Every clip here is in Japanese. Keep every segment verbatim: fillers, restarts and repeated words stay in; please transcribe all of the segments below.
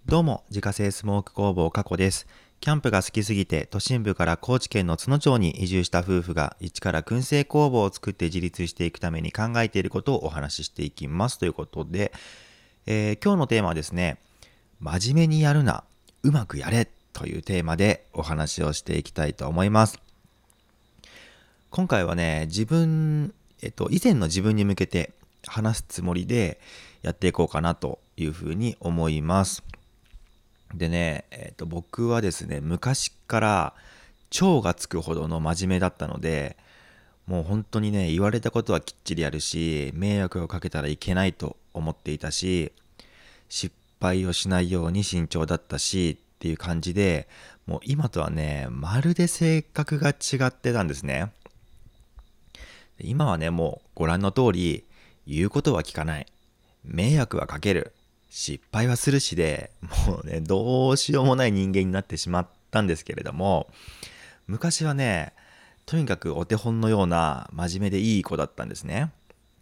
どうも、自家製スモーク工房加古です。キャンプが好きすぎて、都心部から高知県の津野町に移住した夫婦が、一から燻製工房を作って自立していくために考えていることをお話ししていきます。ということで、えー今日のテーマはですね、真面目にやるな、うまくやれというテーマでお話をしていきたいと思います。今回はね、自分、えっと、以前の自分に向けて話すつもりでやっていこうかなというふうに思います。でね、えっと、僕はですね、昔から超がつくほどの真面目だったので、もう本当にね、言われたことはきっちりやるし、迷惑をかけたらいけないと思っていたし、失敗をしないように慎重だったしっていう感じで、もう今とはね、まるで性格が違ってたんですね。今はね、もうご覧の通り、言うことは聞かない。迷惑はかける。失敗はするしで、もうね、どうしようもない人間になってしまったんですけれども、昔はね、とにかくお手本のような真面目でいい子だったんですね。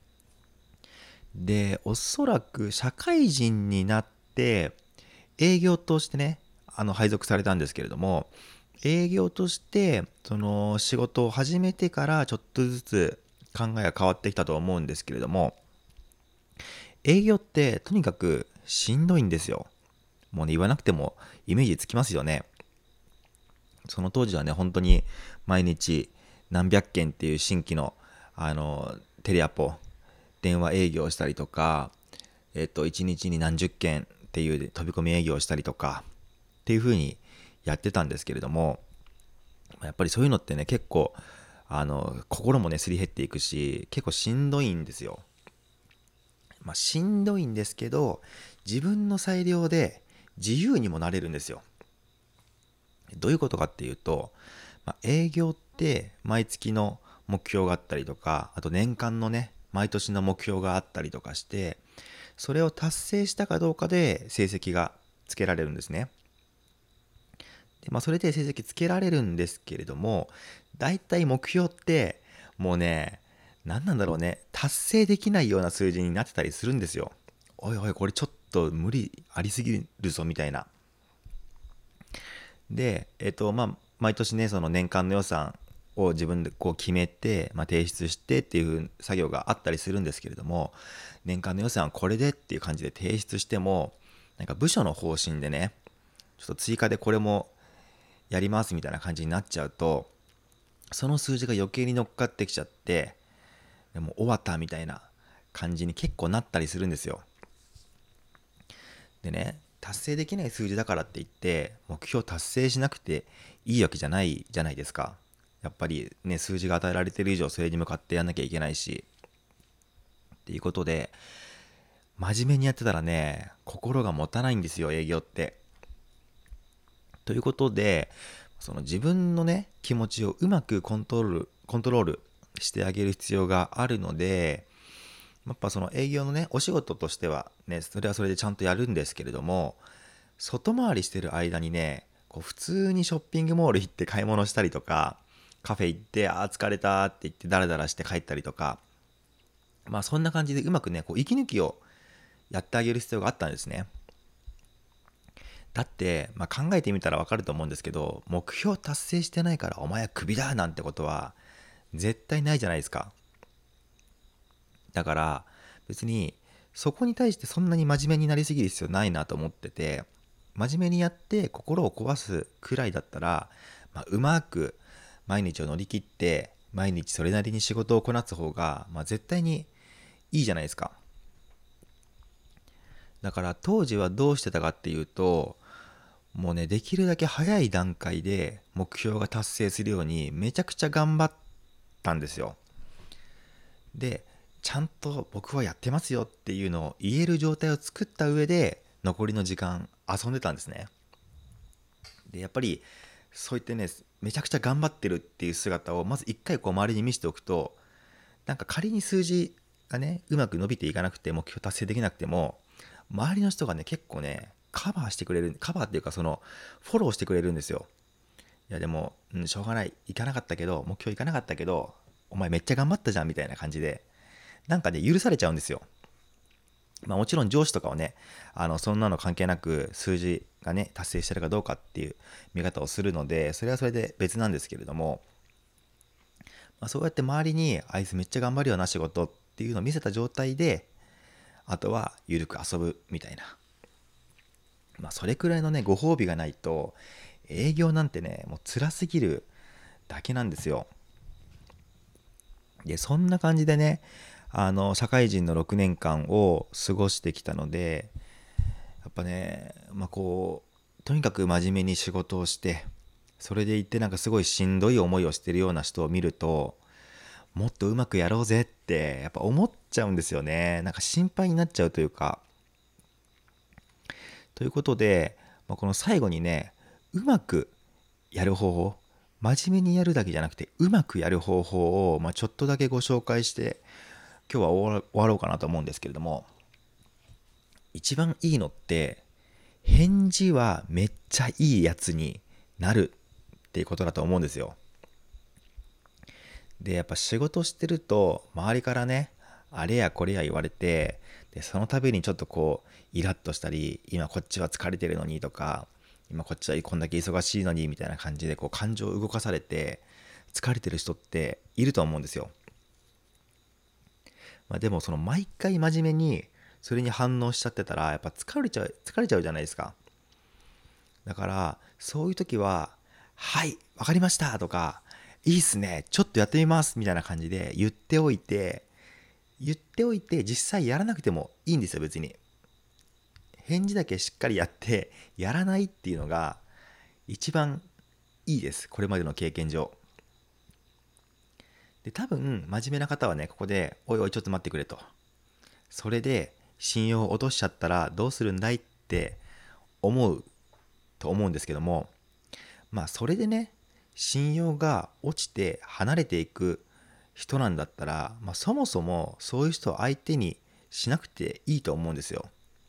で、おそらく社会人になって営業としてね、あの配属されたんですけれども、営業としてその仕事を始めてからちょっとずつ考えが変わってきたと思うんですけれども、営業ってとにかくしんどいんですよ。もうね、言わなくてもイメージつきますよね。その当時はね、本当に毎日何百件っていう新規のあのテレアポ電話営業をしたりとか、えっといちにちに何十件っていう飛び込み営業をしたりとかっていう風にやってたんですけれども、やっぱりそういうのってね、結構あの心もねすり減っていくし、結構しんどいんですよ。まあしんどいんですけど、自分の裁量で自由にもなれるんですよ。どういうことかっていうと、まあ、営業って毎月の目標があったりとか、あと年間のね、毎年の目標があったりとかして、それを達成したかどうかで成績がつけられるんですね。で、まあ、それで成績つけられるんですけれども、だいたい目標ってもうね、何なんだろうね、達成できないような数字になってたりするんですよ。おいおい、これちょっと無理ありすぎるぞみたいな。で、えっと、まあ、毎年ね、その年間の予算を自分でこう決めて、まあ、提出してっていう作業があったりするんですけれども、年間の予算はこれでっていう感じで提出しても、なんか部署の方針でね、ちょっと追加でこれもやりますみたいな感じになっちゃうと、その数字が余計に乗っかってきちゃって、でも終わったみたいな感じに結構なったりするんですよ。でね、達成できない数字だからって言って目標達成しなくていいわけじゃないじゃないですか。やっぱりね、数字が与えられている以上それに向かってやんなきゃいけないしっていうことで、真面目にやってたらね、心が持たないんですよ、営業って。ということで、その自分のね気持ちをうまくコントロールコントロールしてあげる必要があるので、やっぱその営業のねお仕事としてはね、それはそれでちゃんとやるんですけれども、外回りしてる間にね、こう普通にショッピングモール行って買い物したりとか、カフェ行ってあー疲れたって言ってダラダラして帰ったりとか、まあそんな感じでうまくねこう息抜きをやってあげる必要があったんですね。だって、まあ、考えてみたらわかると思うんですけど、目標達成してないからお前はクビだなんてことは絶対ないじゃないですか。だから別にそこに対してそんなに真面目になりすぎる必要ないなと思ってて、真面目にやって心を壊すくらいだったら、まあ、うまく毎日を乗り切って毎日それなりに仕事をこなす方が、まあ、絶対にいいじゃないですか。だから当時はどうしてたかっていうと、もうね、できるだけ早い段階で目標が達成するようにめちゃくちゃ頑張ったんですよ。で、ちゃんと僕はやってますよっていうのを言える状態を作った上で残りの時間遊んでたんですね。で、やっぱりそう言ってね、めちゃくちゃ頑張ってるっていう姿をまず一回こう周りに見せておくと、なんか仮に数字がねうまく伸びていかなくて目標達成できなくても、周りの人がね結構ねカバーしてくれる、カバーっていうかそのフォローしてくれるんですよ。いやでも、うん、しょうがない、行かなかったけど目標行かなかったけどお前めっちゃ頑張ったじゃんみたいな感じで、なんかね許されちゃうんですよ。 まあ、もちろん上司とかはね、あのそんなの関係なく数字がね達成してるかどうかっていう見方をするので、それはそれで別なんですけれども、まあ、そうやって周りにあいつめっちゃ頑張るよな仕事っていうのを見せた状態で、あとはゆるく遊ぶみたいな、まあ、それくらいのねご褒美がないと営業なんてねもう辛すぎるだけなんですよ。でそんな感じでね、あの社会人のろくねんかんを過ごしてきたので、やっぱね、まあこうとにかく真面目に仕事をして、それでいってなんかすごいしんどい思いをしてるような人を見ると、もっとうまくやろうぜってやっぱ思っちゃうんですよね。なんか心配になっちゃうというか。ということで、まあ、この最後にね、うまくやる方法、真面目にやるだけじゃなくてうまくやる方法を、まあ、ちょっとだけご紹介して今日は終わ終わろうかなと思うんですけれども、一番いいのって返事はめっちゃいいやつになるっていうことだと思うんですよ。でやっぱ仕事してると周りからねあれやこれや言われて、でその度にちょっとこうイラッとしたり、今こっちは疲れてるのにとか、今こっちはこんだけ忙しいのにみたいな感じでこう感情を動かされて疲れてる人っていると思うんですよ。まあ、でもその毎回真面目にそれに反応しちゃってたらやっぱ疲れちゃう疲れちゃうじゃないですか。だからそういう時は「はいわかりました」とか「いいっすねちょっとやってみます」みたいな感じで言っておいて言っておいて実際やらなくてもいいんですよ。別に返事だけしっかりやってやらないっていうのが一番いいです、これまでの経験上。で多分真面目な方はねここで「おいおいちょっと待ってくれ」と、それで信用を落としちゃったらどうするんだいって思うと思うんですけども、まあそれでね信用が落ちて離れていく人なんだったら、まあ、そもそもそういう人を相手にしなくていいと思うんですよ。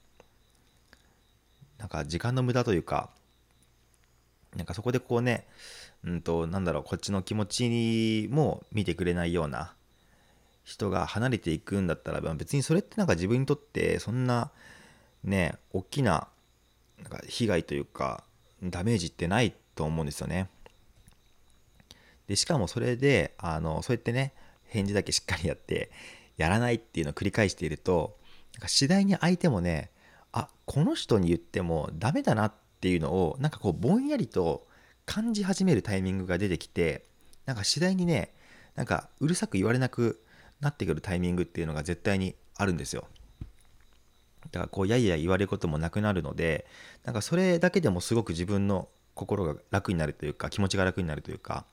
なんか時間の無駄というか、なんかそこでこうね、うんとなんだろう、こっちの気持ちも見てくれないような人が離れていくんだったら、別にそれってなんか自分にとってそんなね大きななんか被害というかダメージってないと思うんですよね。でしかもそれであのそうやってね返事だけしっかりやってやらないっていうのを繰り返していると、なんか次第に相手もね、あこの人に言ってもダメだなっていうのをなんかこうぼんやりと感じ始めるタイミングが出てきて、なんか次第にねなんかうるさく言われなくなってくるタイミングっていうのが絶対にあるんですよ。だからこうやいや言われることもなくなるので、なんかそれだけでもすごく自分の心が楽になるというか気持ちが楽になるというか、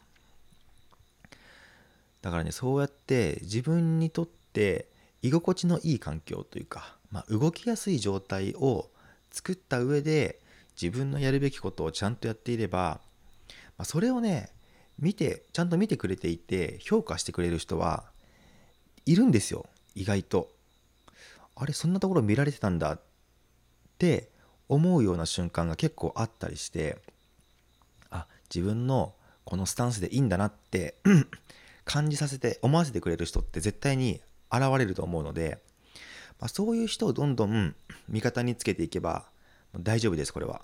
だからねそうやって自分にとって居心地のいい環境というか、まあ、動きやすい状態を作った上で自分のやるべきことをちゃんとやっていれば、まあ、それをね見てちゃんと見てくれていて評価してくれる人はいるんですよ。意外とあれそんなところ見られてたんだって思うような瞬間が結構あったりして、あ自分のこのスタンスでいいんだなって感じさせて思わせてくれる人って絶対に現れると思うので、まあ、そういう人をどんどん味方につけていけば大丈夫です。これは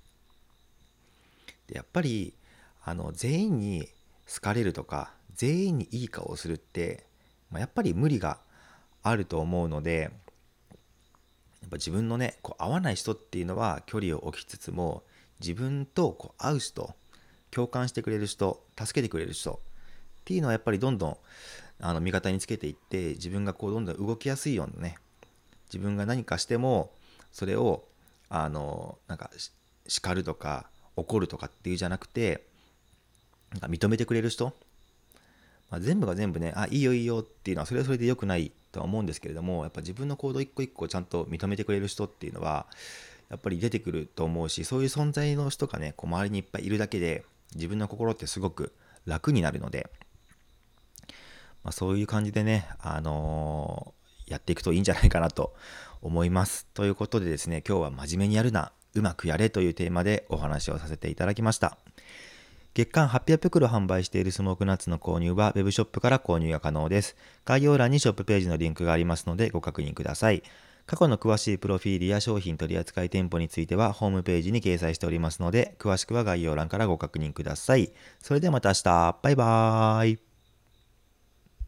でやっぱりあの全員に好かれるとか全員にいい顔をするって、まあ、やっぱり無理があると思うので、やっぱ自分のねこう合わない人っていうのは距離を置きつつも、自分とこう合う人、共感してくれる人、助けてくれる人っていうのはやっぱりどんどんあの味方につけていって、自分がこうどんどん動きやすいようなね、自分が何かしてもそれをあのなんか叱るとか怒るとかっていうじゃなくて、なんか認めてくれる人、まあ、全部が全部ねあいいよいいよっていうのはそれはそれで良くないとは思うんですけれども、やっぱ自分の行動一個一個ちゃんと認めてくれる人っていうのはやっぱり出てくると思うし、そういう存在の人がねこう周りにいっぱいいるだけで自分の心ってすごく楽になるので、まあ、そういう感じでね、あのーやっていくといいんじゃないかなと思います。ということでですね、今日は真面目にやるな、うまくやれというテーマでお話をさせていただきました。月間はっぴゃく袋販売しているスモークナッツの購入は Web ショップから購入が可能です。概要欄にショップページのリンクがありますのでご確認ください。 過去の詳しいプロフィールや商品取扱店舗についてはホームページに掲載しておりますので、詳しくは概要欄からご確認ください。それではまた明日。バイバーイ。